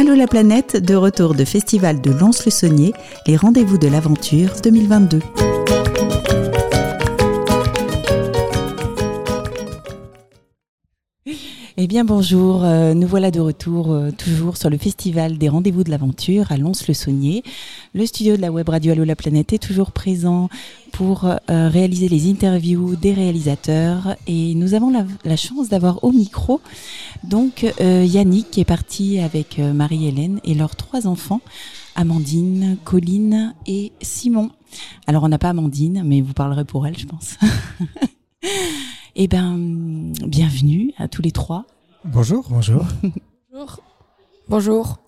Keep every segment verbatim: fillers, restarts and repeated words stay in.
Allô la planète, de retour de Festival de Lons-le-Saunier, les rendez-vous de l'aventure deux mille vingt-deux. Eh bien bonjour, euh, nous voilà de retour euh, toujours sur le Festival des rendez-vous de l'aventure à Lons-le-Saunier. Le studio de la web radio Allô la planète est toujours présent pour euh, réaliser les interviews des réalisateurs et nous avons la, la chance d'avoir au micro donc euh, Yannick qui est parti avec euh, Marie-Hélène et leurs trois enfants, Amandine, Colline et Simon. Alors on n'a pas Amandine mais vous parlerez pour elle je pense. Eh bien, bienvenue à tous les trois. Bonjour. Bonjour. Bonjour. Bonjour.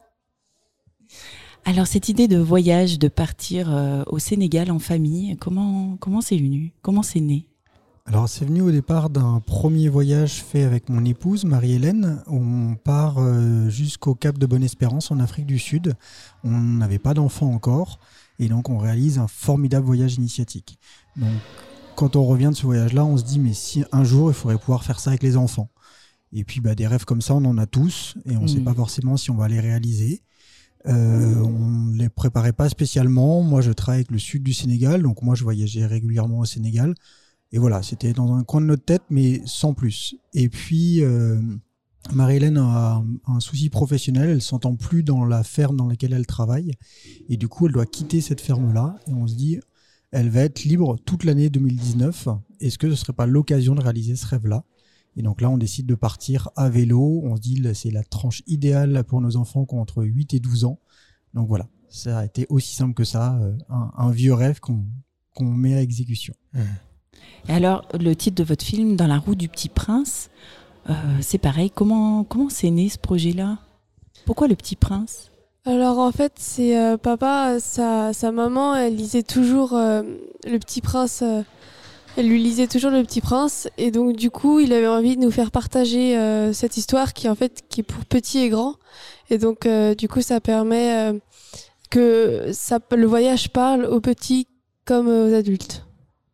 Alors, cette idée de voyage, de partir euh, au Sénégal en famille, comment, comment c'est venu ? Comment c'est né ? Alors, c'est venu au départ d'un premier voyage fait avec mon épouse, Marie-Hélène. On part euh, jusqu'au Cap de Bonne-Espérance, en Afrique du Sud. On n'avait pas d'enfants encore. Et donc, on réalise un formidable voyage initiatique. Donc, quand on revient de ce voyage-là, on se dit mais si un jour il faudrait pouvoir faire ça avec les enfants. Et puis bah, des rêves comme ça, on en a tous et on ne mmh. sait pas forcément si on va les réaliser. Euh, on ne les préparait pas spécialement. Moi, je travaille avec le sud du Sénégal, donc moi je voyageais régulièrement au Sénégal. Et voilà, c'était dans un coin de notre tête, mais sans plus. Et puis euh, Marie-Hélène a un, un souci professionnel, elle ne s'entend plus dans la ferme dans laquelle elle travaille. Et du coup, elle doit quitter cette ferme-là. Et on se dit elle va être libre toute l'année deux mille dix-neuf. Est-ce que ce ne serait pas l'occasion de réaliser ce rêve-là ? Et donc là, on décide de partir à vélo. On se dit que c'est la tranche idéale pour nos enfants qui ont entre huit et douze ans. Donc voilà, ça a été aussi simple que ça, un, un vieux rêve qu'on, qu'on met à exécution. Mmh. Et alors, le titre de votre film, Dans la roue du petit prince, euh, c'est pareil. Comment, comment c'est né ce projet-là ? Pourquoi le petit prince ? Alors en fait, c'est euh, papa, sa, sa maman, elle lisait toujours euh, Le Petit Prince, euh, elle lui lisait toujours Le Petit Prince, et donc du coup, il avait envie de nous faire partager euh, cette histoire qui en fait qui est pour petits et grands, et donc euh, du coup, ça permet euh, que ça, le voyage parle aux petits comme aux adultes.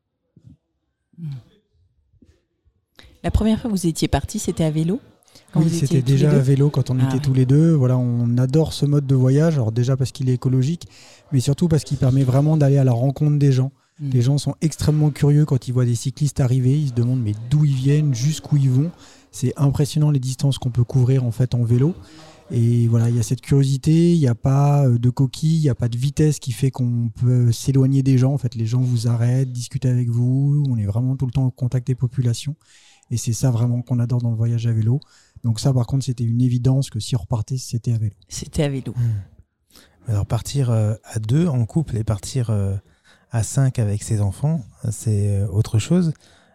La première fois que vous étiez partis, c'était à vélo ? Quand oui, c'était déjà à vélo quand on ah, était ouais. tous les deux. Voilà, on adore ce mode de voyage. Alors déjà parce qu'il est écologique, mais surtout parce qu'il permet vraiment d'aller à la rencontre des gens. Mmh. Les gens sont extrêmement curieux quand ils voient des cyclistes arriver. Ils se demandent mais d'où ils viennent, jusqu'où ils vont. C'est impressionnant les distances qu'on peut couvrir en fait en vélo. Et voilà, il y a cette curiosité. Il n'y a pas de coquille, il n'y a pas de vitesse qui fait qu'on peut s'éloigner des gens. En fait, les gens vous arrêtent, discutent avec vous. On est vraiment tout le temps au contact des populations. Et c'est ça vraiment qu'on adore dans le voyage à vélo. Donc ça, par contre, c'était une évidence que si on repartait, c'était à vélo. C'était à vélo. Mmh. Alors partir euh, à deux en couple et partir euh, à cinq avec ses enfants, c'est autre chose.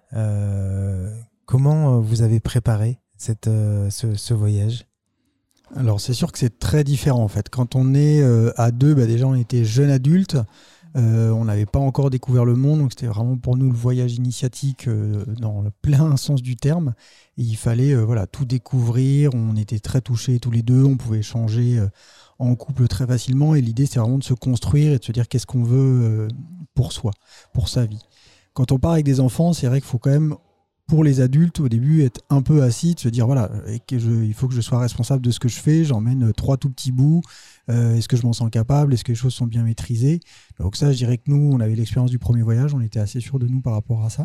Euh, comment vous avez préparé cette, euh, ce, ce voyage ? Alors c'est sûr que c'est très différent en fait. Quand on est euh, à deux, bah, déjà on était jeunes adultes. Euh, on n'avait pas encore découvert le monde, donc c'était vraiment pour nous le voyage initiatique euh, dans le plein sens du terme. Et il fallait euh, voilà, tout découvrir, on était très touchés tous les deux, on pouvait échanger euh, en couple très facilement. Et l'idée, c'est vraiment de se construire et de se dire qu'est-ce qu'on veut euh, pour soi, pour sa vie. Quand on part avec des enfants, c'est vrai qu'il faut quand même, pour les adultes, au début, être un peu assis, de se dire voilà, et que je, il faut que je sois responsable de ce que je fais, j'emmène trois tout petits bouts. Euh, est-ce que je m'en sens capable ? Est-ce que les choses sont bien maîtrisées ? Donc ça, je dirais que nous, on avait l'expérience du premier voyage, on était assez sûrs de nous par rapport à ça.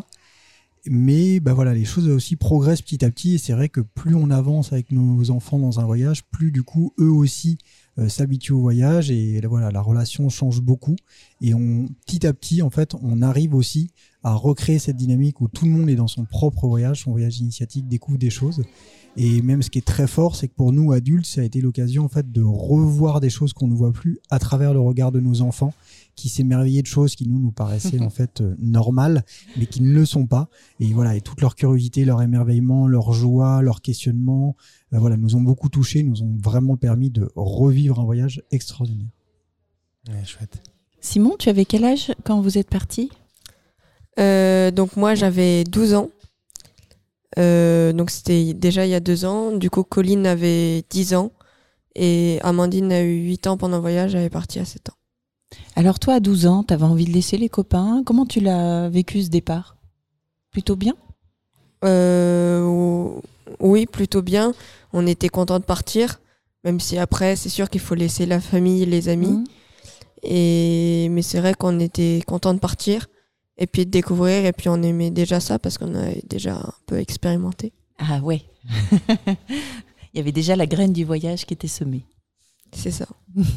Mais bah voilà, les choses aussi progressent petit à petit et c'est vrai que plus on avance avec nos enfants dans un voyage, plus du coup, eux aussi euh, s'habituent au voyage et voilà, la relation change beaucoup. Et on, petit à petit, en fait, on arrive aussi à recréer cette dynamique où tout le monde est dans son propre voyage, son voyage initiatique, découvre des choses. Et même ce qui est très fort, c'est que pour nous, adultes, ça a été l'occasion en fait, de revoir des choses qu'on ne voit plus à travers le regard de nos enfants, qui s'émerveillaient de choses qui nous, nous paraissaient en fait euh, normales, mais qui ne le sont pas. Et voilà, et toute leur curiosité, leur émerveillement, leur joie, leur questionnement, euh, voilà, nous ont beaucoup touchés, nous ont vraiment permis de revivre un voyage extraordinaire. Ouais, chouette. Simon, tu avais quel âge quand vous êtes parti ? euh, Donc moi, j'avais douze ans. Euh, donc c'était déjà il y a deux ans. Du coup, Colline avait dix ans et Amandine a eu huit ans pendant le voyage, elle est partie à sept ans. Alors toi, à douze ans, tu avais envie de laisser les copains. Comment tu l'as vécu ce départ ? Plutôt bien ? euh, Oui, plutôt bien. On était contents de partir. Même si après, c'est sûr qu'il faut laisser la famille et les amis. Mmh. Et... Mais c'est vrai qu'on était content de partir et puis de découvrir. Et puis on aimait déjà ça parce qu'on avait déjà un peu expérimenté. Ah ouais. Il y avait déjà la graine du voyage qui était semée. C'est ça.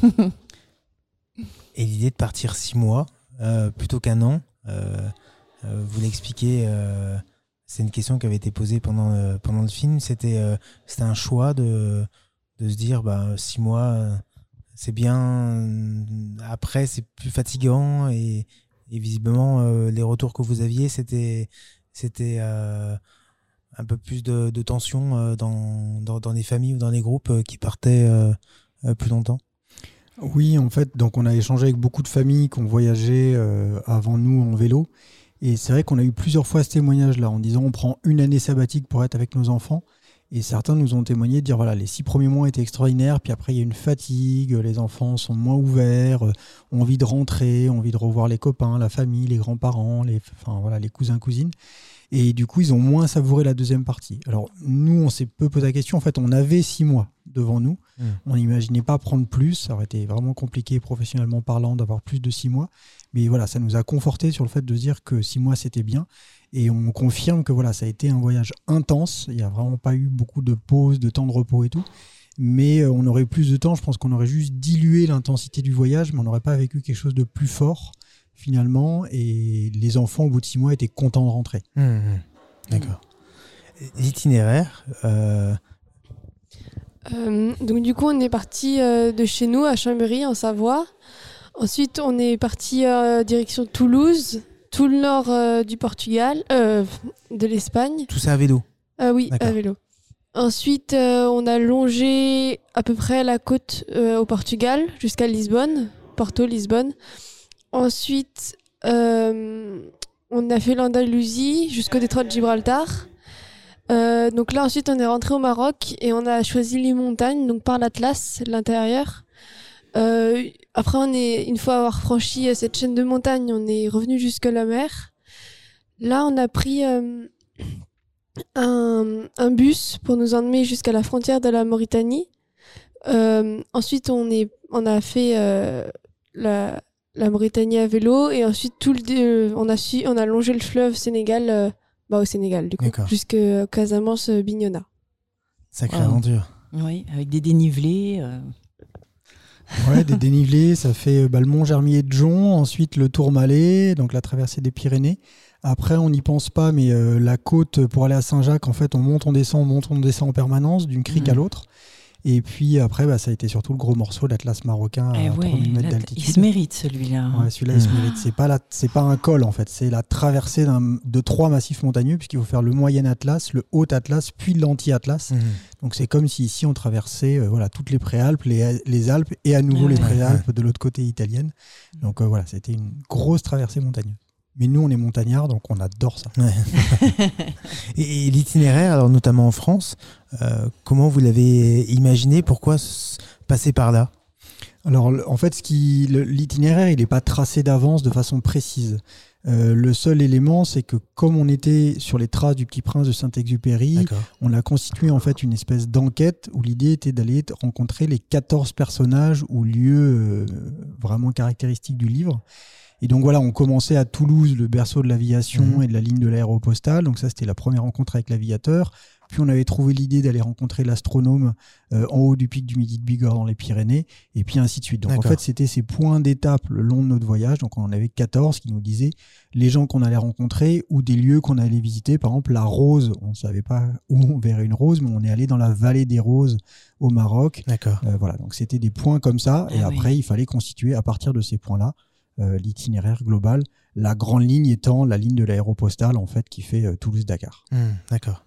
Et l'idée de partir six mois euh, plutôt qu'un an, euh, euh, vous l'expliquez, euh, c'est une question qui avait été posée pendant, euh, pendant le film. C'était, euh, c'était un choix de, de se dire bah, six mois, euh, c'est bien. Après, c'est plus fatigant. Et, et visiblement, euh, les retours que vous aviez, c'était, c'était euh, un peu plus de, de tension euh, dans, dans, dans les familles ou dans les groupes euh, qui partaient euh, euh, plus longtemps. Oui, en fait, donc on a échangé avec beaucoup de familles qui ont voyagé euh, avant nous en vélo. Et c'est vrai qu'on a eu plusieurs fois ce témoignage-là en disant on prend une année sabbatique pour être avec nos enfants. Et certains nous ont témoigné de dire voilà, les six premiers mois étaient extraordinaires, puis après il y a une fatigue, les enfants sont moins ouverts, euh, ont envie de rentrer, ont envie de revoir les copains, la famille, les grands-parents, les, enfin, voilà, les cousins, cousines. Et du coup, ils ont moins savouré la deuxième partie. Alors, nous, on s'est peu posé la question. En fait, on avait six mois devant nous. Mmh. On n'imaginait pas prendre plus. Ça aurait été vraiment compliqué, professionnellement parlant, d'avoir plus de six mois. Mais voilà, ça nous a conforté sur le fait de se dire que six mois, c'était bien. Et on confirme que voilà, ça a été un voyage intense. Il n'y a vraiment pas eu beaucoup de pauses, de temps de repos et tout. Mais on aurait eu plus de temps. Je pense qu'on aurait juste dilué l'intensité du voyage, mais on n'aurait pas vécu quelque chose de plus fort finalement, et les enfants au bout de six mois étaient contents de rentrer. Mmh, d'accord. L'itinéraire euh... Euh, donc du coup on est parti euh, de chez nous à Chambéry en Savoie. Ensuite on est parti euh, direction Toulouse, tout le nord euh, du Portugal, euh, de l'Espagne. Tout ça à vélo? Ah oui, d'accord. À vélo. Ensuite euh, on a longé à peu près la côte euh, au Portugal jusqu'à Lisbonne, Porto, Lisbonne. Ensuite, euh, on a fait l'Andalousie jusqu'au détroit de Gibraltar. Euh, donc là, ensuite, on est rentré au Maroc et on a choisi les montagnes, donc par l'Atlas, l'intérieur. Euh, après, on est, une fois avoir franchi cette chaîne de montagnes, on est revenu jusque la mer. Là, on a pris euh, un, un bus pour nous emmener jusqu'à la frontière de la Mauritanie. Euh, ensuite, on, est, on a fait euh, la... la Mauritanie à vélo et ensuite tout le euh, on a su on a longé le fleuve Sénégal euh, bah au Sénégal du coup jusqu'à Casamance Bignona. Sacrée wow. aventure. Oui, avec des dénivelés. Euh... Ouais, des dénivelés, ça fait bah, le Mont Germier de Jonc, ensuite le Tourmalet, donc la traversée des Pyrénées. Après, on n'y pense pas, mais euh, la côte pour aller à Saint-Jacques, en fait, on monte, on descend, on monte, on descend en permanence d'une crique mmh. à l'autre. Et puis après, bah, ça a été surtout le gros morceau, l'Atlas marocain eh à ouais, trois mille mètres d'altitude. Il se mérite celui-là. Ouais, celui-là, mmh. il se mérite. C'est pas, la, c'est pas un col en fait, c'est la traversée d'un, de trois massifs montagneux, puisqu'il faut faire le moyen Atlas, le haut Atlas, puis l'anti-Atlas. Mmh. Donc c'est comme si ici on traversait euh, voilà, toutes les préalpes, les, les Alpes, et à nouveau ah ouais. les préalpes ouais. de l'autre côté italienne. Donc euh, voilà, c'était une grosse traversée montagneuse. Mais nous, on est montagnards, donc on adore ça. Ouais. et, et l'itinéraire, alors notamment en France, euh, comment vous l'avez imaginé? Pourquoi s- passer par là? Alors, en fait, ce qui, le, l'itinéraire, il n'est pas tracé d'avance de façon précise. Euh, le seul élément, c'est que comme on était sur les traces du Petit Prince de Saint-Exupéry, D'accord. on a constitué en fait une espèce d'enquête où l'idée était d'aller rencontrer les quatorze personnages ou lieux euh, vraiment caractéristiques du livre. Et donc voilà, on commençait à Toulouse, le berceau de l'aviation mmh. et de la ligne de l'aéropostale. Donc ça, c'était la première rencontre avec l'aviateur. Puis on avait trouvé l'idée d'aller rencontrer l'astronome euh, en haut du pic du Midi de Bigorre dans les Pyrénées, et puis ainsi de suite. Donc D'accord. en fait, c'était ces points d'étape le long de notre voyage. Donc on en avait quatorze qui nous disaient les gens qu'on allait rencontrer ou des lieux qu'on allait visiter. Par exemple, la Rose, on ne savait pas où on verrait une rose, mais on est allé dans la vallée des Roses au Maroc. D'accord. Euh, voilà, donc c'était des points comme ça. Ah, et oui. après, il fallait constituer à partir de ces points-là Euh, l'itinéraire global, la grande ligne étant la ligne de l'aéropostale en fait qui fait euh, Toulouse-Dakar. Mmh, d'accord.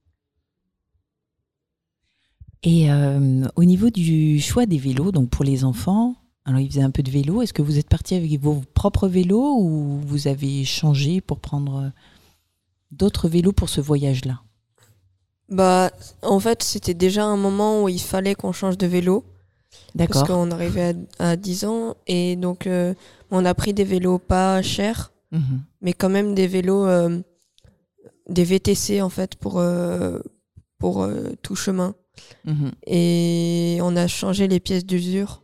Et euh, au niveau du choix des vélos, donc pour les enfants, alors ils faisaient un peu de vélo. Est-ce que vous êtes partis avec vos propres vélos ou vous avez changé pour prendre d'autres vélos pour ce voyage-là? Bah, en fait, c'était déjà un moment où il fallait qu'on change de vélo. D'accord. Parce qu'on arrivait à, à dix ans et donc euh, on a pris des vélos pas chers, mmh. mais quand même des vélos, euh, des V T C en fait pour, euh, pour euh, tout chemin. Mhm. Et on a changé les pièces d'usure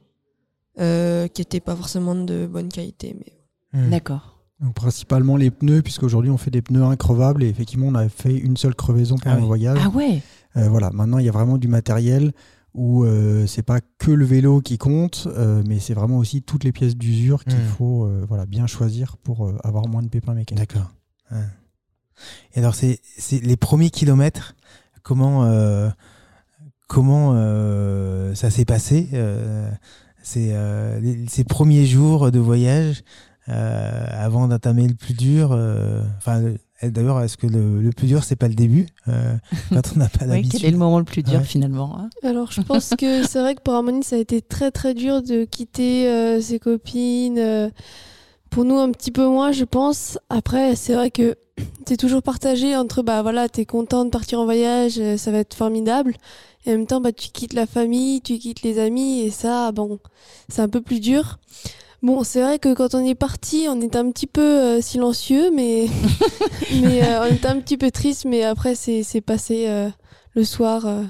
euh, qui n'étaient pas forcément de bonne qualité. Mais... Mmh. D'accord. Donc principalement les pneus, puisqu'aujourd'hui on fait des pneus increvables et effectivement on a fait une seule crevaison pendant Ah oui. le voyage. Ah ouais. Euh, voilà, maintenant il y a vraiment du matériel où euh, c'est pas que le vélo qui compte, euh, mais c'est vraiment aussi toutes les pièces d'usure qu'il Mmh. faut euh, voilà, bien choisir pour euh, avoir moins de pépins mécaniques. D'accord. Ouais. Et alors, c'est, c'est les premiers kilomètres, comment, euh, comment euh, ça s'est passé euh, c'est, euh, les- ces premiers jours de voyage euh, avant d'entamer le plus dur. Enfin, euh, d'ailleurs, est-ce que le, le plus dur, c'est pas le début euh, quand on n'a pas Oui, l'habitude? quel est le moment le plus dur Ouais. finalement, hein? Alors je pense que c'est vrai que pour Harmonie ça a été très très dur de quitter euh, ses copines. euh, Pour nous un petit peu moins je pense. Après c'est vrai que t'es toujours partagé entre bah voilà t'es content de partir en voyage, euh, ça va être formidable. Et en même temps bah tu quittes la famille, tu quittes les amis et ça bon c'est un peu plus dur. Bon c'est vrai que quand on est parti on était un petit peu euh, silencieux mais mais euh, on était un petit peu triste mais après c'est c'est passé euh, le soir. euh,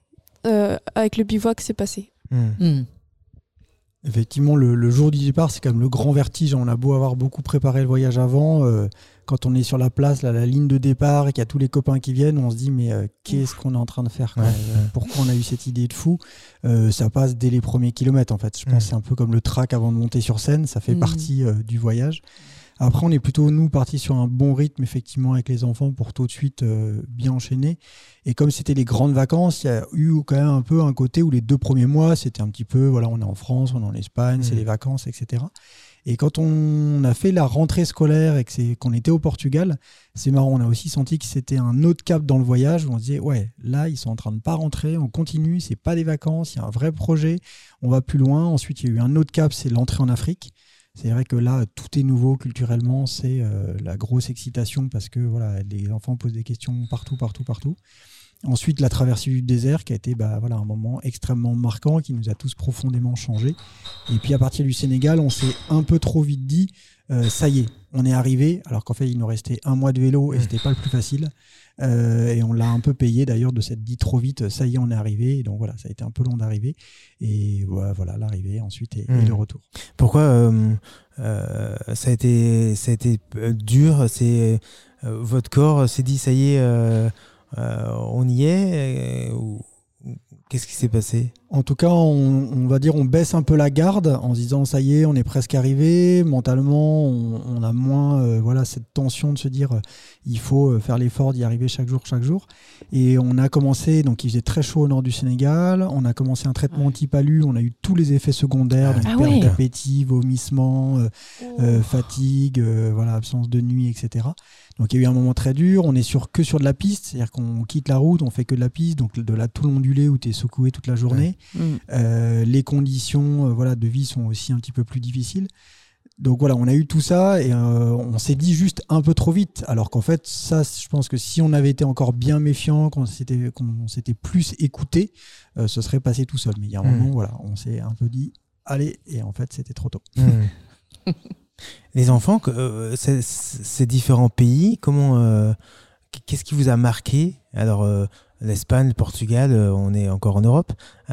Euh, avec le bivouac, c'est passé. Mmh. Mm. Effectivement, le, le jour du départ, c'est quand même le grand vertige. On a beau avoir beaucoup préparé le voyage avant, euh, quand on est sur la place, là, la ligne de départ et qu'il y a tous les copains qui viennent, on se dit mais euh, qu'est-ce qu'on est en train de faire quoi Ouais, Euh, ouais. Pourquoi on a eu cette idée de fou Euh, Ça passe dès les premiers kilomètres en fait. Je pense Mm. que c'est un peu comme le track avant de monter sur scène, ça fait Mm. partie euh, du voyage. Après, on est plutôt, nous, partis sur un bon rythme, effectivement, avec les enfants pour tout de suite euh, bien enchaîner. Et comme c'était les grandes vacances, il y a eu quand même un peu un côté où les deux premiers mois, c'était un petit peu, voilà, on est en France, on est en Espagne, Mmh. c'est les vacances, et cetera. Et quand on a fait la rentrée scolaire et que c'est, qu'on était au Portugal, c'est marrant, on a aussi senti que c'était un autre cap dans le voyage où on se disait, ouais, là, ils sont en train de pas rentrer, on continue, c'est pas des vacances, il y a un vrai projet, on va plus loin. Ensuite, il y a eu un autre cap, c'est l'entrée en Afrique. C'est vrai que là, tout est nouveau culturellement, c'est euh, la grosse excitation parce que voilà, les enfants posent des questions partout, partout, partout. Ensuite, la traversée du désert qui a été bah, voilà, un moment extrêmement marquant qui nous a tous profondément changés. Et puis à partir du Sénégal, on s'est un peu trop vite dit, euh, ça y est, on est arrivé, alors qu'en fait, il nous restait un mois de vélo et c'était pas le plus facile. Euh, et on l'a un peu payé d'ailleurs de s'être dit trop vite, ça y est, on est arrivé. Et donc voilà, ça a été un peu long d'arriver. Et voilà, voilà l'arrivée ensuite et, Mmh. et le retour. Pourquoi euh, euh, ça a été, ça a été euh, dur? C'est euh, votre corps s'est dit ça y est, euh, euh, on y est, euh, ou ou qu'est-ce qui s'est passé? En tout cas, on, on va dire on baisse un peu la garde en se disant ça y est, on est presque arrivé. Mentalement, on, on a moins euh, voilà, cette tension de se dire euh, il faut euh, faire l'effort d'y arriver chaque jour, chaque jour. Et on a commencé, donc il faisait très chaud au nord du Sénégal. On a commencé un traitement anti-palu. On a eu tous les effets secondaires, donc Ah perte ouais. d'appétit, vomissement, euh, euh, fatigue, euh, voilà, absence de nuit, et cetera. Donc il y a eu un moment très dur, on est sur, que sur de la piste, c'est-à-dire qu'on quitte la route, on fait que de la piste, donc de là tout l'ondulé où tu es secoué toute la journée. Mm. Euh, les conditions euh, voilà, de vie sont aussi un petit peu plus difficiles. Donc voilà, on a eu tout ça et euh, on s'est dit juste un peu trop vite. Alors qu'en fait, ça, je pense que si on avait été encore bien méfiant, qu'on s'était, qu'on s'était plus écouté, euh, ce serait passé tout seul. Mais il y a un Mmh. moment, voilà, on s'est un peu dit, allez, et en fait, c'était trop tôt. Mmh. Les enfants, que, euh, ces, ces différents pays, comment, euh, qu'est-ce qui vous a marqué? Alors, euh, l'Espagne, le Portugal, euh, on est encore en Europe,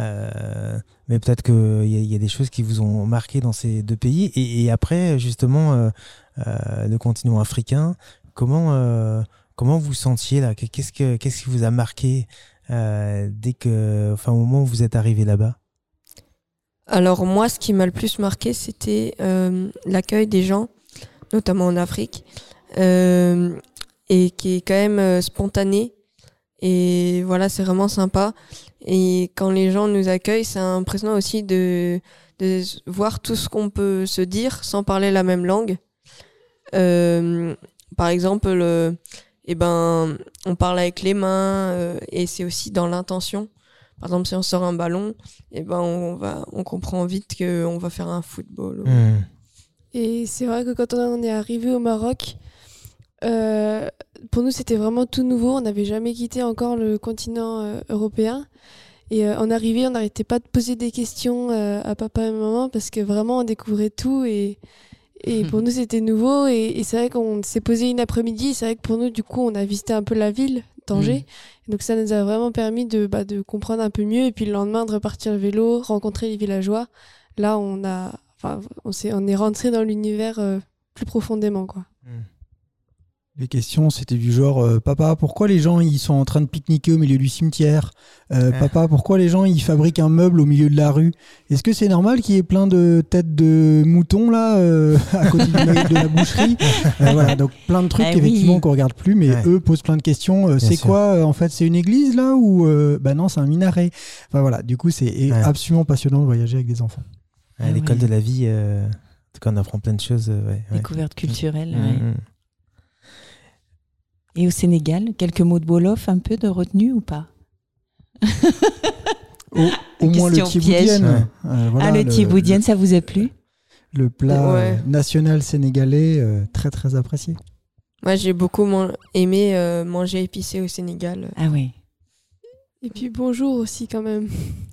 euh, mais peut-être qu'il y, y a des choses qui vous ont marqué dans ces deux pays. Et, et après, justement, euh, euh, le continent africain, comment, euh, comment vous sentiez là? Qu'est-ce, que, qu'est-ce qui vous a marqué euh, dès que, enfin, au moment où vous êtes arrivé là-bas? Alors moi, ce qui m'a le plus marqué, c'était euh, l'accueil des gens, notamment en Afrique, euh, et qui est quand même euh, spontané. Et voilà, c'est vraiment sympa. Et quand les gens nous accueillent, c'est impressionnant aussi de, de voir tout ce qu'on peut se dire sans parler la même langue. Euh, par exemple, le, eh ben, on parle avec les mains euh, et c'est aussi dans l'intention. Par exemple, si on sort un ballon, eh ben, on, va, on comprend vite qu'on va faire un football. Ou... Mmh. Et c'est vrai que quand on est arrivé au Maroc, euh, pour nous c'était vraiment tout nouveau. On n'avait jamais quitté encore le continent euh, européen. Et euh, en arrivée, on n'arrêtait pas de poser des questions euh, à papa et maman parce que vraiment on découvrait tout et, et pour nous c'était nouveau. Et, et c'est vrai qu'on s'est posé une après-midi. C'est vrai que pour nous, du coup, on a visité un peu la ville Tanger. Mmh. Et donc ça nous a vraiment permis de, bah, de comprendre un peu mieux et puis le lendemain de repartir le vélo, rencontrer les villageois. Là, on, a, on, s'est, on est rentré dans l'univers euh, plus profondément, quoi. Mmh. Les questions, c'était du genre euh, papa, pourquoi les gens ils sont en train de pique-niquer au milieu du cimetière euh, Ah. Papa, pourquoi les gens ils fabriquent un meuble au milieu de la rue? Est-ce que c'est normal qu'il y ait plein de têtes de moutons là euh, à côté du, de la boucherie euh, Voilà, donc plein de trucs Eh effectivement oui. qu'on regarde plus, mais Ouais. eux posent plein de questions. Euh, c'est sûr. quoi euh, en fait? C'est une église là ou euh, bah non, c'est un minaret. Enfin voilà, du coup c'est Ouais. absolument passionnant de voyager avec des enfants. À Ah l'école ouais. de la vie, euh, en tout cas, on apprend plein de choses. euh, ouais, ouais. Découverte culturelle. Mmh, ouais. mmh. Et au Sénégal, quelques mots de Wolof, un peu de retenue ou pas? Au, au moins le Question piège. thieboudienne. Ouais. Euh, voilà, ah, le, le- thieboudienne, ça vous a plu? Le plat Ouais. euh, national sénégalais, euh, très très apprécié. Moi, j'ai beaucoup man- aimé euh, manger épicé au Sénégal. Ah oui. Et puis bonjour aussi quand même.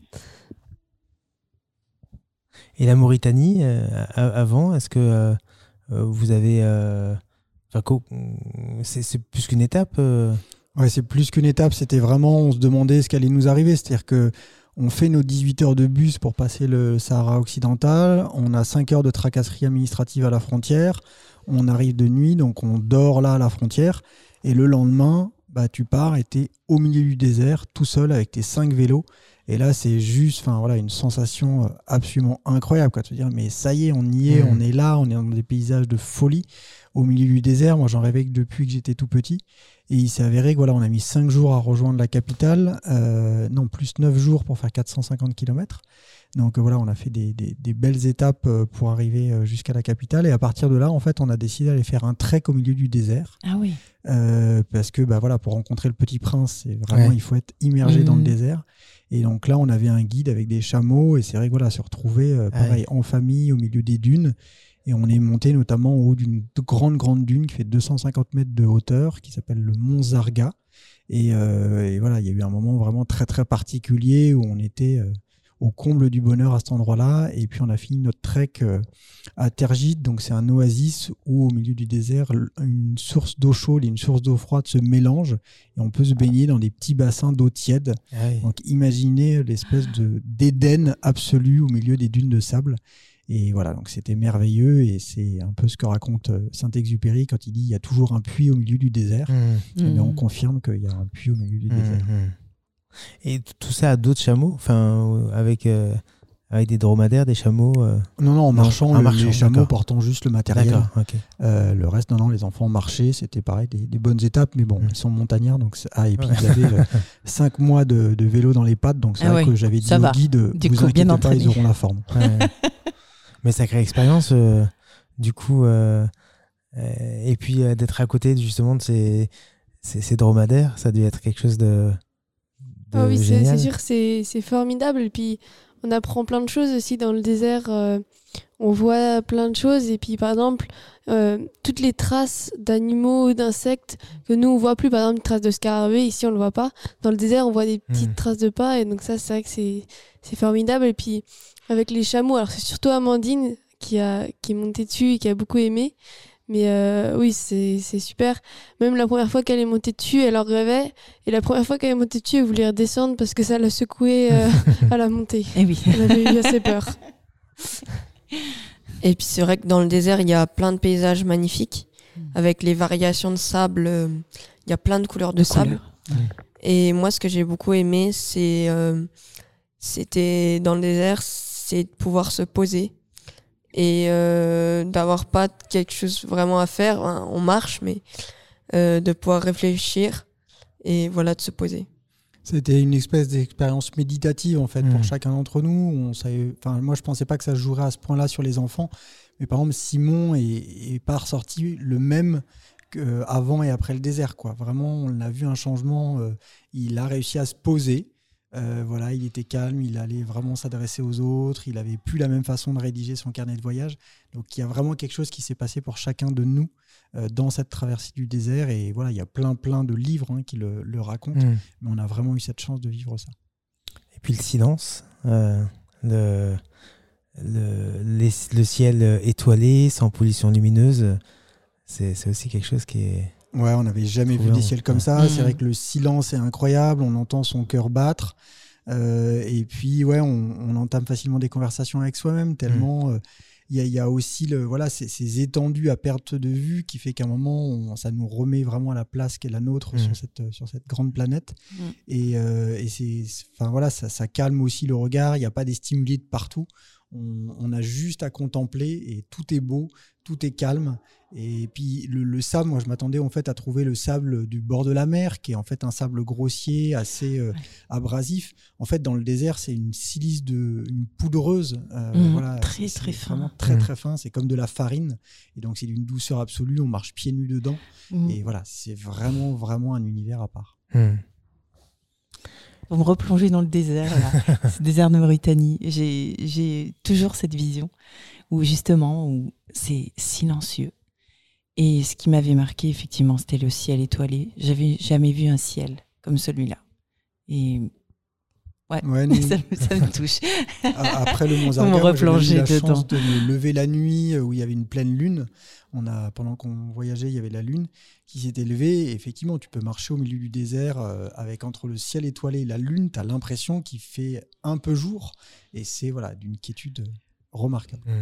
Et la Mauritanie, euh, a- avant, est-ce que euh, euh, vous avez... euh, enfin, co- c'est, c'est plus qu'une étape euh, Ouais, c'est plus qu'une étape, c'était vraiment, on se demandait ce qu'allait nous arriver. C'est-à-dire que on fait nos dix-huit heures de bus pour passer le Sahara occidental, on a cinq heures de tracasserie administrative à la frontière, on arrive de nuit, donc on dort là à la frontière, et le lendemain, bah, tu pars et t'es au milieu du désert, tout seul, avec tes cinq vélos. Et là, c'est juste enfin, voilà, une sensation euh, absolument incroyable. Quoi, de se dire, mais ça y est, on y est, Mmh. on est là, on est dans des paysages de folie au milieu du désert. Moi, j'en rêvais que depuis que j'étais tout petit. Et il s'est avéré que voilà, on a mis cinq jours à rejoindre la capitale, euh, non, plus neuf jours pour faire quatre cent cinquante kilomètres. Donc euh, voilà, on a fait des, des, des belles étapes euh, pour arriver euh, jusqu'à la capitale. Et à partir de là, en fait, on a décidé d'aller faire un trek au milieu du désert. Ah oui. Euh, parce que bah, voilà, pour rencontrer le Petit Prince, c'est vraiment, Ouais. il faut être immergé dans le Mhm. désert. Et donc là, on avait un guide avec des chameaux. Et c'est vrai que voilà, se retrouver euh, pareil, en famille au milieu des dunes. Et on est monté notamment au haut d'une grande, grande dune qui fait deux cent cinquante mètres de hauteur, qui s'appelle le Mont Zarga. Et, euh, et voilà, il y a eu un moment vraiment très, très particulier où on était euh, au comble du bonheur à cet endroit-là. Et puis, on a fini notre trek euh, à Tergit. Donc, c'est un oasis où, au milieu du désert, une source d'eau chaude et une source d'eau froide se mélangent. Et on peut se baigner dans des petits bassins d'eau tiède. Ah oui. Donc, imaginez l'espèce de, d'Éden absolu au milieu des dunes de sable. Et voilà, donc c'était merveilleux et c'est un peu ce que raconte euh, Saint-Exupéry quand il dit il y a toujours un puits au milieu du désert. Mmh, Et bien, on Mm. confirme qu'il y a un puits au milieu du mmh, désert. mmh. Et t- tout ça à dos de chameau, enfin, euh, avec, euh, avec des dromadaires, des chameaux. euh, Non, non, en Non, marchant, en le- marchant, les chameaux d'accord. portant juste le matériel. D'accord, ok. Euh, le reste, non, non, les enfants marchaient, c'était pareil, des, des bonnes étapes, mais bon, Mm. ils sont montagnards. Donc c'est- ah, et puis Ouais. ils avaient euh, cinq mois de, de vélo dans les pattes, donc c'est Ah vrai ouais, que j'avais dit ça au va. guide, Du vous coup, bien inquiétez pas, ils entraîné. auront la forme. Ouais. Mais sacrée expérience, euh, du coup. euh, euh, et puis euh, d'être à côté justement de ces, ces, ces dromadaires, ça a dû être quelque chose de, de Ah oui, c'est, génial. c'est sûr, c'est, c'est formidable. Et puis, on apprend plein de choses aussi dans le désert. euh, on voit plein de choses. Et puis, par exemple, euh, toutes les traces d'animaux, d'insectes que nous, on voit plus. Par exemple, une trace de scarabée, ici, on le voit pas. Dans le désert, on voit des petites Mm. traces de pas. Et donc, ça, c'est vrai que c'est, c'est formidable. Et puis, avec les chameaux, alors c'est surtout Amandine qui, a, qui est montée dessus et qui a beaucoup aimé. Mais euh, oui, c'est, c'est super. Même la première fois qu'elle est montée dessus, elle en rêvait. Et la première fois qu'elle est montée dessus, elle voulait redescendre parce que ça l'a secouée euh, à la montée. Eh oui. Elle avait eu assez peur. Et puis c'est vrai que dans le désert, il y a plein de paysages magnifiques. Avec les variations de sable, euh, il y a plein de couleurs de, De sable. couleurs. Et moi, ce que j'ai beaucoup aimé, c'est euh, c'était dans le désert, c'est de pouvoir se poser et euh, d'avoir pas quelque chose vraiment à faire. Hein, on marche, mais euh, de pouvoir réfléchir et voilà, de se poser. C'était une espèce d'expérience méditative en fait Mmh. pour chacun d'entre nous. On savait, enfin, moi, je pensais pas que ça se jouerait à ce point-là sur les enfants. Mais par exemple, Simon est, est pas ressorti le même qu'avant et après le désert, quoi. Vraiment, on a vu un changement. euh, il a réussi à se poser. Euh, voilà, il était calme, il allait vraiment s'adresser aux autres. Il avait plus la même façon de rédiger son carnet de voyage. Donc, il y a vraiment quelque chose qui s'est passé pour chacun de nous euh, dans cette traversée du désert. Et voilà, il y a plein, plein de livres hein, qui le, le racontent. Mm. Mais on a vraiment eu cette chance de vivre ça. Et puis le silence, euh, le, le, les- le ciel étoilé, sans pollution lumineuse, c'est, c'est aussi quelque chose qui est... Ouais, on n'avait jamais Trop vu bien. des ciels comme Ouais. ça. Mmh. C'est vrai que le silence est incroyable, on entend son cœur battre. Euh, et puis, ouais, on, on entame facilement des conversations avec soi-même, tellement il y, y a aussi le, voilà, ces, ces étendues à perte de vue qui fait qu'à un moment, on, ça nous remet vraiment à la place qu'est la nôtre Mmh. sur, cette, sur cette grande planète. Mmh. Et, euh, et c'est, enfin, voilà, ça, ça calme aussi le regard, il n'y a pas des stimuli de partout. On, on a juste à contempler et tout est beau, tout est calme. Et puis le, le sable, moi je m'attendais en fait à trouver le sable du bord de la mer, qui est en fait un sable grossier, assez euh, abrasif. En fait, dans le désert, c'est une silice de, une poudreuse. Euh, Mmh, voilà, très, c'est, très c'est fin. vraiment très Mmh. très fin. C'est comme de la farine, et donc c'est d'une douceur absolue. On marche pieds nus dedans, Mmh. et voilà, c'est vraiment vraiment un univers à part. Hmm. Vous me replongez dans le désert, là. Ce désert de Mauritanie. J'ai, j'ai toujours cette vision où justement, où c'est silencieux. Et ce qui m'avait marqué, effectivement, c'était le ciel étoilé. J'avais jamais vu un ciel comme celui-là. Et ouais, Ouais, nous, ça, me- ça me touche. A- Après le Mont Vous Zarga, me moi, j'avais eu replongez la dedans. chance de me lever la nuit euh, où il y avait une pleine lune. On a, pendant qu'on voyageait, il y avait la lune qui s'était levée. Et effectivement, tu peux marcher au milieu du désert euh, avec entre le ciel étoilé et la lune. Tu as l'impression qu'il fait un peu jour. Et c'est voilà, d'une quiétude remarquable. Hmm.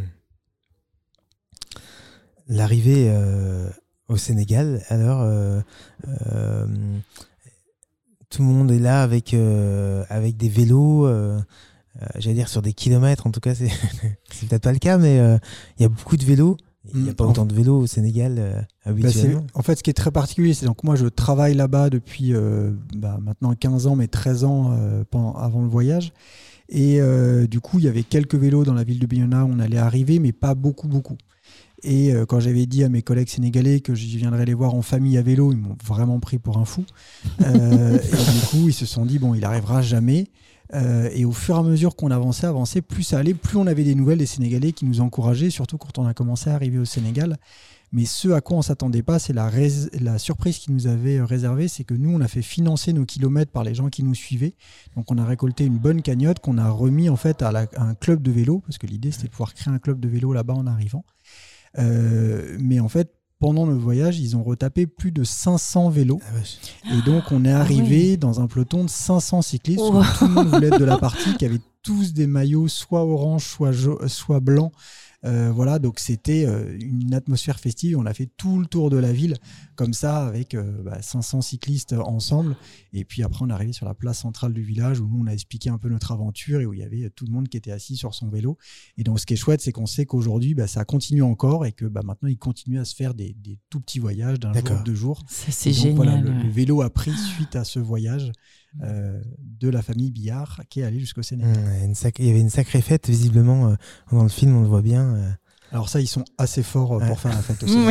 L'arrivée euh, au Sénégal, alors, euh, euh, tout le monde est là avec, euh, avec des vélos, euh, euh, j'allais dire sur des kilomètres, en tout cas, c'est, c'est peut-être pas le cas, mais euh, il y a beaucoup de vélos. Il n'y a Mm. pas autant de vélos au Sénégal euh, Bah, c'est, habituellement. en fait, ce qui est très particulier, c'est donc moi, je travaille là-bas depuis euh, bah, maintenant quinze ans, mais treize ans euh, pendant, avant le voyage. Et euh, du coup, il y avait quelques vélos dans la ville de Bignona où on allait arriver, mais pas beaucoup, beaucoup. Et euh, quand j'avais dit à mes collègues sénégalais que je viendrais les voir en famille à vélo, ils m'ont vraiment pris pour un fou. Euh, et du coup, ils se sont dit, bon, il arrivera jamais. Euh, et au fur et à mesure qu'on avançait, avançait, plus ça allait, plus on avait des nouvelles des Sénégalais qui nous encourageaient, surtout quand on a commencé à arriver au Sénégal. Mais ce à quoi on ne s'attendait pas, c'est la, rés- la surprise qu'ils nous avaient réservée, c'est que nous, on a fait financer nos kilomètres par les gens qui nous suivaient. Donc on a récolté une bonne cagnotte qu'on a remis en fait à, la- à un club de vélo, parce que l'idée c'était de pouvoir créer un club de vélo là-bas en arrivant. Euh, mais en fait, pendant le voyage, ils ont retapé plus de cinq cents vélos. Ah, vache. Et donc, on est Ah arrivé ouais. dans un peloton de cinq cents cyclistes. Oh. Où tout le monde voulait être de la partie, qui avaient tous des maillots soit orange, soit, jo- soit blanc. Euh, voilà, donc c'était euh, une atmosphère festive. On a fait tout le tour de la ville comme ça avec euh, bah, cinq cents cyclistes ensemble. Et puis après, on est arrivé sur la place centrale du village où nous, on a expliqué un peu notre aventure et où il y avait tout le monde qui était assis sur son vélo. Et donc, ce qui est chouette, c'est qu'on sait qu'aujourd'hui, bah, ça continue encore et que bah, maintenant, il continue à se faire des, des tout petits voyages d'un D'accord. jour, deux jours. Ça, c'est Et donc, génial. voilà, le, ouais. le vélo a pris suite à ce voyage euh, de la famille Billard qui est allée jusqu'au Sénégal. Hmm, une sac- Il y avait une sacrée fête, visiblement, euh, dans le film, on le voit bien. euh. Alors ça, ils sont assez forts euh, Ouais. pour faire la fête aussi. Oui.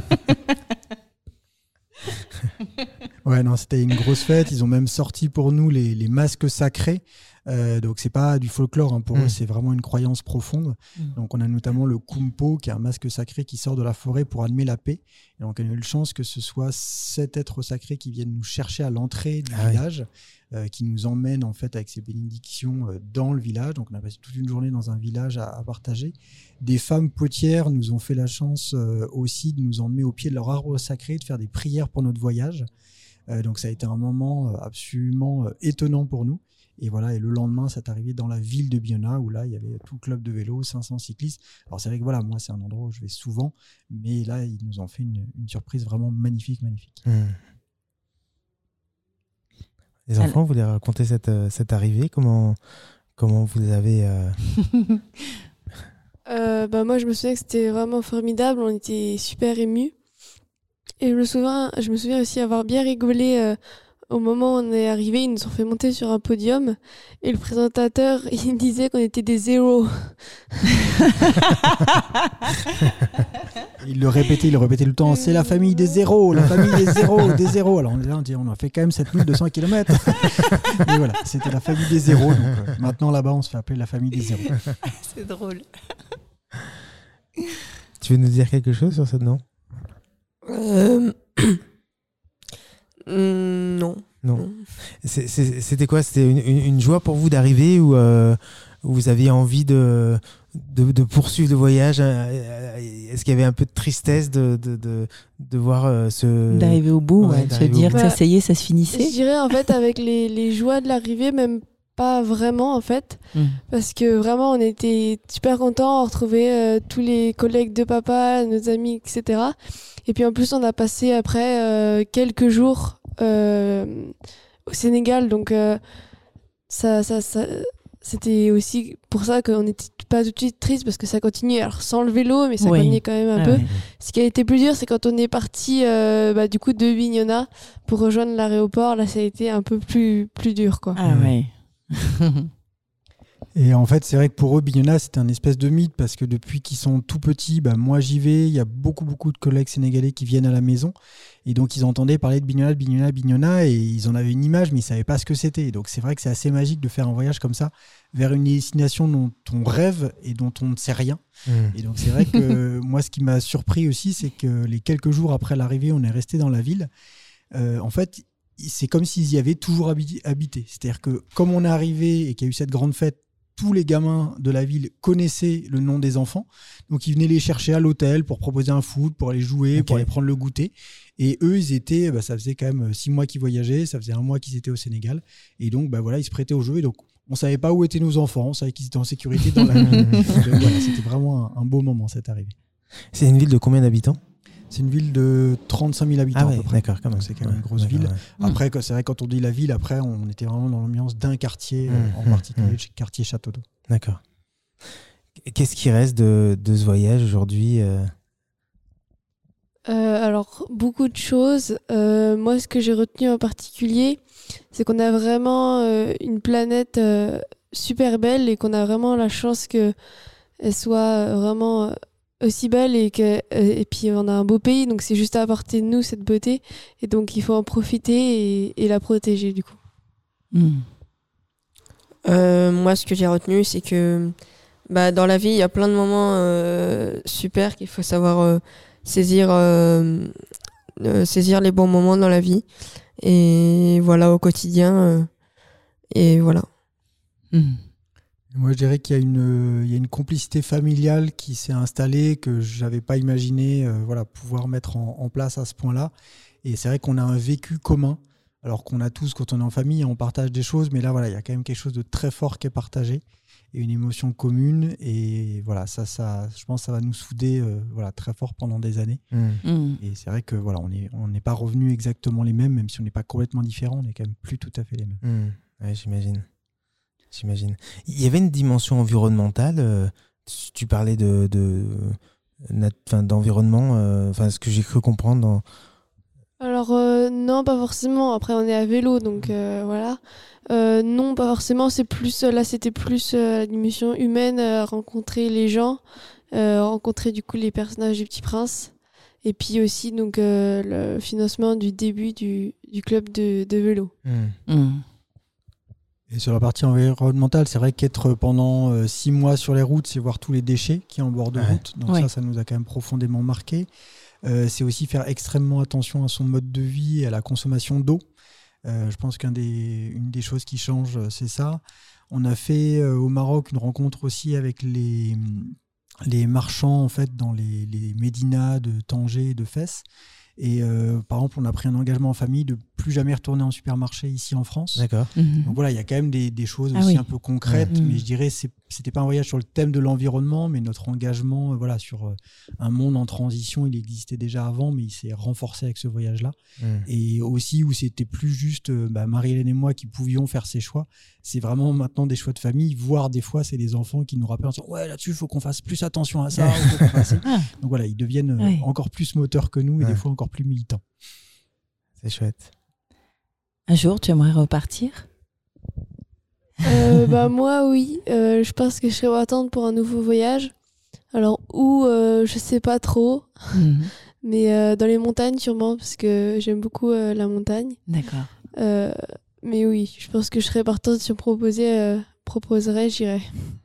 Ouais, non, c'était une grosse fête. Ils ont même sorti pour nous les, les masques sacrés. Euh, donc c'est pas du folklore, hein. Pour Mm. eux, c'est vraiment une croyance profonde. Mm. Donc on a notamment le Kumpo, qui est un masque sacré qui sort de la forêt pour animer la paix. Et donc on a eu le chance que ce soit sept êtres sacrés qui viennent nous chercher à l'entrée du Ah ouais. village, euh, qui nous emmènent en fait avec ces bénédictions euh, dans le village. Donc on a passé toute une journée dans un village à, à partager. Des femmes potières nous ont fait la chance euh, aussi de nous emmener au pied de leur arbre sacré, de faire des prières pour notre voyage. Euh, donc ça a été un moment euh, absolument euh, étonnant pour nous. Et voilà, et le lendemain, ça est arrivé dans la ville de Bignona, où là, il y avait tout le club de vélo, cinq cents cyclistes. Alors c'est vrai que voilà, moi, c'est un endroit où je vais souvent, mais là, ils nous ont fait une, une surprise vraiment magnifique, magnifique. Hmm. Les enfants, vous voulez raconter cette, euh, cette arrivée? Comment, comment vous avez... euh, Euh, bah moi, je me souviens que c'était vraiment formidable. On était super émus. Et je me souviens, je me souviens aussi avoir bien rigolé euh, au moment où on est arrivé. Ils nous ont fait monter sur un podium. Et le présentateur, il disait qu'on était des zéros. Il le répétait, il le répétait tout le temps. C'est la famille des zéros, la famille des zéros, des zéros. Alors on est là, on dit, on a fait quand même sept mille deux cents kilomètres. Mais voilà, c'était la famille des zéros. Donc euh, maintenant, là-bas, on se fait appeler la famille des zéros. C'est drôle. Tu veux nous dire quelque chose sur ça? Non. Euh... hmm, non. Non. C'est- c'est- C'était quoi? C'était une, une- une joie pour vous d'arriver ou euh, vous aviez envie de, de, de poursuivre le voyage? Est-ce qu'il y avait un peu de tristesse de, de, de, de voir euh, ce... D'arriver au bout, Ouais, ouais, de se d'arriver au dire bout. que ça, ça y est, ça se Je finissait. dirais en fait avec les, les joies de l'arrivée, même pas vraiment en fait, Mm. parce que vraiment on était super contents, on retrouvait euh, tous les collègues de papa, nos amis, et cetera. Et puis en plus on a passé après euh, quelques jours euh, au Sénégal, donc euh, ça, ça, ça, c'était aussi pour ça qu'on n'était pas tout de suite triste, parce que ça continuait, alors sans le vélo, mais ça Oui. continuait quand même un Ah peu. ouais. Ce qui a été plus dur, c'est quand on est parti euh, bah, du coup de Bignona pour rejoindre l'aéroport. Là, ça a été un peu plus, plus dur, quoi. Ah ouais. Et en fait, c'est vrai que pour eux, Bignona, c'était un espèce de mythe parce que depuis qu'ils sont tout petits, bah, moi j'y vais, il y a beaucoup, beaucoup de collègues sénégalais qui viennent à la maison. Et donc, ils entendaient parler de Bignona, de Bignona, Bignona, et ils en avaient une image, mais ils ne savaient pas ce que c'était. Donc, c'est vrai que c'est assez magique de faire un voyage comme ça vers une destination dont on rêve et dont on ne sait rien. Mmh. Et donc, c'est vrai que moi, ce qui m'a surpris aussi, c'est que les quelques jours après l'arrivée, on est resté dans la ville. Euh, en fait, c'est comme s'ils y avaient toujours habi- habité. C'est-à-dire que comme on est arrivé et qu'il y a eu cette grande fête, tous les gamins de la ville connaissaient le nom des enfants. Donc, ils venaient les chercher à l'hôtel pour proposer un foot, pour aller jouer, Ok. pour aller prendre le goûter. Et eux, ils étaient, bah, ça faisait quand même six mois qu'ils voyageaient, ça faisait un mois qu'ils étaient au Sénégal. Et donc, bah, voilà, ils se prêtaient au jeu. Et donc, on ne savait pas où étaient nos enfants, on savait qu'ils étaient en sécurité dans la ville. Donc, voilà, c'était vraiment un, un beau moment, cette arrivée. C'est une ville de combien d'habitants? C'est une ville de trente-cinq mille habitants Ah à ouais, peu près. d'accord, quand même. Donc, c'est quand même Ouais, une grosse d'accord, ville. ouais. Après, quand- c'est vrai, quand on dit la ville, après, on était vraiment dans l'ambiance d'un quartier, euh, Mmh, en particulier, mmh. le quartier Château d'Eau. D'accord. Qu'est-ce qui reste de, de ce voyage aujourd'hui euh Euh, alors, beaucoup de choses. Euh, moi, ce que j'ai retenu en particulier, c'est qu'on a vraiment euh, une planète euh, super belle, et qu'on a vraiment la chance qu'elle soit vraiment euh, aussi belle, et, que, euh, et puis on a un beau pays, donc c'est juste à portée de nous, cette beauté. Et donc, il faut en profiter et, et la protéger, du coup. Mm. Euh, moi, ce que j'ai retenu, c'est que bah, dans la vie, il y a plein de moments euh, super qu'il faut savoir euh, saisir, euh, euh, saisir les bons moments dans la vie. Et voilà, au quotidien. euh, et voilà. Mm. Moi, je dirais qu'il y a une, il y a une complicité familiale qui s'est installée que je n'avais pas imaginé euh, voilà, pouvoir mettre en, en place à ce point-là. Et c'est vrai qu'on a un vécu commun, alors qu'on a tous, quand on est en famille, on partage des choses, mais là, voilà, il y a quand même quelque chose de très fort qui est partagé et une émotion commune. Et voilà, ça, ça, je pense que ça va nous souder euh, voilà, très fort pendant des années. Mmh. Mm. Et c'est vrai que voilà, on n'est on n'est pas revenus exactement les mêmes, même si on n'est pas complètement différents, on n'est quand même plus tout à fait les mêmes. Mmh. Ouais, j'imagine. J'imagine. Il y avait une dimension environnementale. euh, tu tu parlais de, de, nat- 'fin, d'environnement. euh, Enfin, ce que j'ai cru comprendre dans. Alors, euh, non, pas forcément. Après, on est à vélo, donc euh, voilà. Euh, non, pas forcément. C'est plus, là, c'était plus euh, la dimension humaine, euh, rencontrer les gens, euh, rencontrer du coup les personnages du Petit Prince. Et puis aussi, donc, euh, le financement du début du, du club de, de vélo. Mmh. Mm. Et sur la partie environnementale, c'est vrai qu'être pendant euh, six mois sur les routes, c'est voir tous les déchets qui sont en bord de Ouais. route. Donc Ouais. ça, ça nous a quand même profondément marqué. Euh, c'est aussi faire extrêmement attention à son mode de vie et à la consommation d'eau. Euh, je pense qu'une des, une des choses qui change, euh, c'est ça. On a fait euh, au Maroc une rencontre aussi avec les, les marchands en fait, dans les, les médinas de Tanger et de Fès. Et euh, par exemple, on a pris un engagement en famille de plus jamais retourner en supermarché ici en France. D'accord. Mhm. Donc voilà, il y a quand même des, des choses Ah aussi oui. un peu concrètes, Ouais. mais Mm. je dirais que c'était pas un voyage sur le thème de l'environnement, mais notre engagement euh, voilà, sur euh, un monde en transition, il existait déjà avant, mais il s'est renforcé avec ce voyage-là. Mmh. Et aussi où c'était plus juste euh, bah, Marie-Hélène et moi qui pouvions faire ces choix, c'est vraiment maintenant des choix de famille, voire des fois c'est les enfants qui nous rappellent en disant, ouais, là-dessus il faut qu'on fasse plus attention à ça. ou faut qu'on fasse ci. Ah. Donc voilà, ils deviennent euh, Ouais. encore plus moteurs que nous et Ouais. des fois encore plus militants. C'est chouette. Un jour, tu aimerais repartir? Euh, bah, moi, oui. Euh, je pense que je serais partante pour un nouveau voyage. Alors, où, euh, je sais pas trop. Mhm. Mais euh, dans les montagnes, sûrement, parce que j'aime beaucoup euh, la montagne. D'accord. Euh, mais oui, je pense que je serais partante si on proposait, euh, proposerait, j'irais.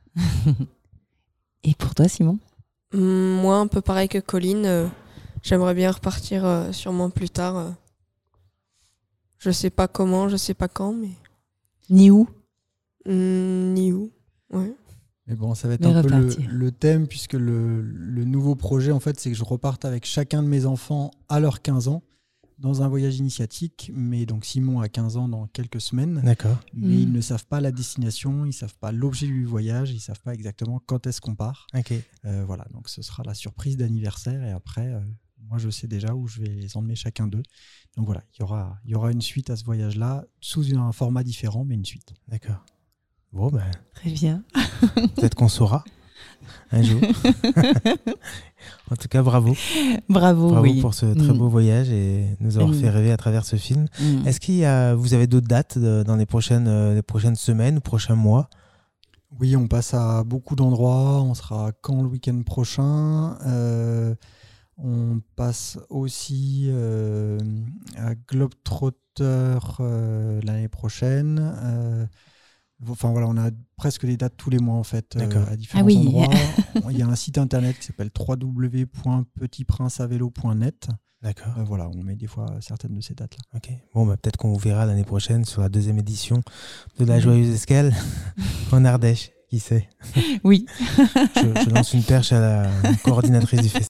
Et pour toi, Simon? Hum, Moi, un peu pareil que Colline, euh, j'aimerais bien repartir euh, sûrement plus tard. euh. Je sais pas comment, je sais pas quand, mais Ni où? hum, ni où. Ouais. Mais bon, ça va être Mais un peu le, repartir. le thème, puisque le, le nouveau projet, en fait, c'est que je reparte avec chacun de mes enfants à leurs quinze ans dans un voyage initiatique. Mais donc Simon a quinze ans dans quelques semaines. D'accord. Mais Mm. ils ne savent pas la destination, ils ne savent pas l'objet du voyage, ils ne savent pas exactement quand est-ce qu'on part. Ok. Euh, voilà, donc ce sera la surprise d'anniversaire. Et après, euh, moi, je sais déjà où je vais les emmener chacun d'eux. Donc voilà, il y aura, il y aura une suite à ce voyage-là, sous un format différent, mais une suite. D'accord. Bon, ben, Très bien. peut-être qu'on saura un jour. En tout cas, bravo. Bravo, Bravo oui. pour ce très Mm. beau voyage et nous avoir Mm. fait rêver à travers ce film. Mm. Est-ce qu'il y a, vous avez d'autres dates de- dans les prochaines, euh, les prochaines semaines ou prochains mois? Oui, on passe à beaucoup d'endroits. On sera à Caen le week-end prochain. Euh, on passe aussi euh, à Globetrotter euh, l'année prochaine. Euh, enfin voilà, on a presque des dates tous les mois en fait, euh, D'accord. à différents Ah oui. endroits. Il y a un site internet qui s'appelle w w w point petit prince à vélo point net. D'accord. Euh, voilà, on met des fois certaines de ces dates-là. Ok. Bon, bah, peut-être qu'on vous verra l'année prochaine sur la deuxième édition de la Oui. Joyeuse Escale en Ardèche. Qui sait? Oui. je, je lance une perche à la coordinatrice du festival.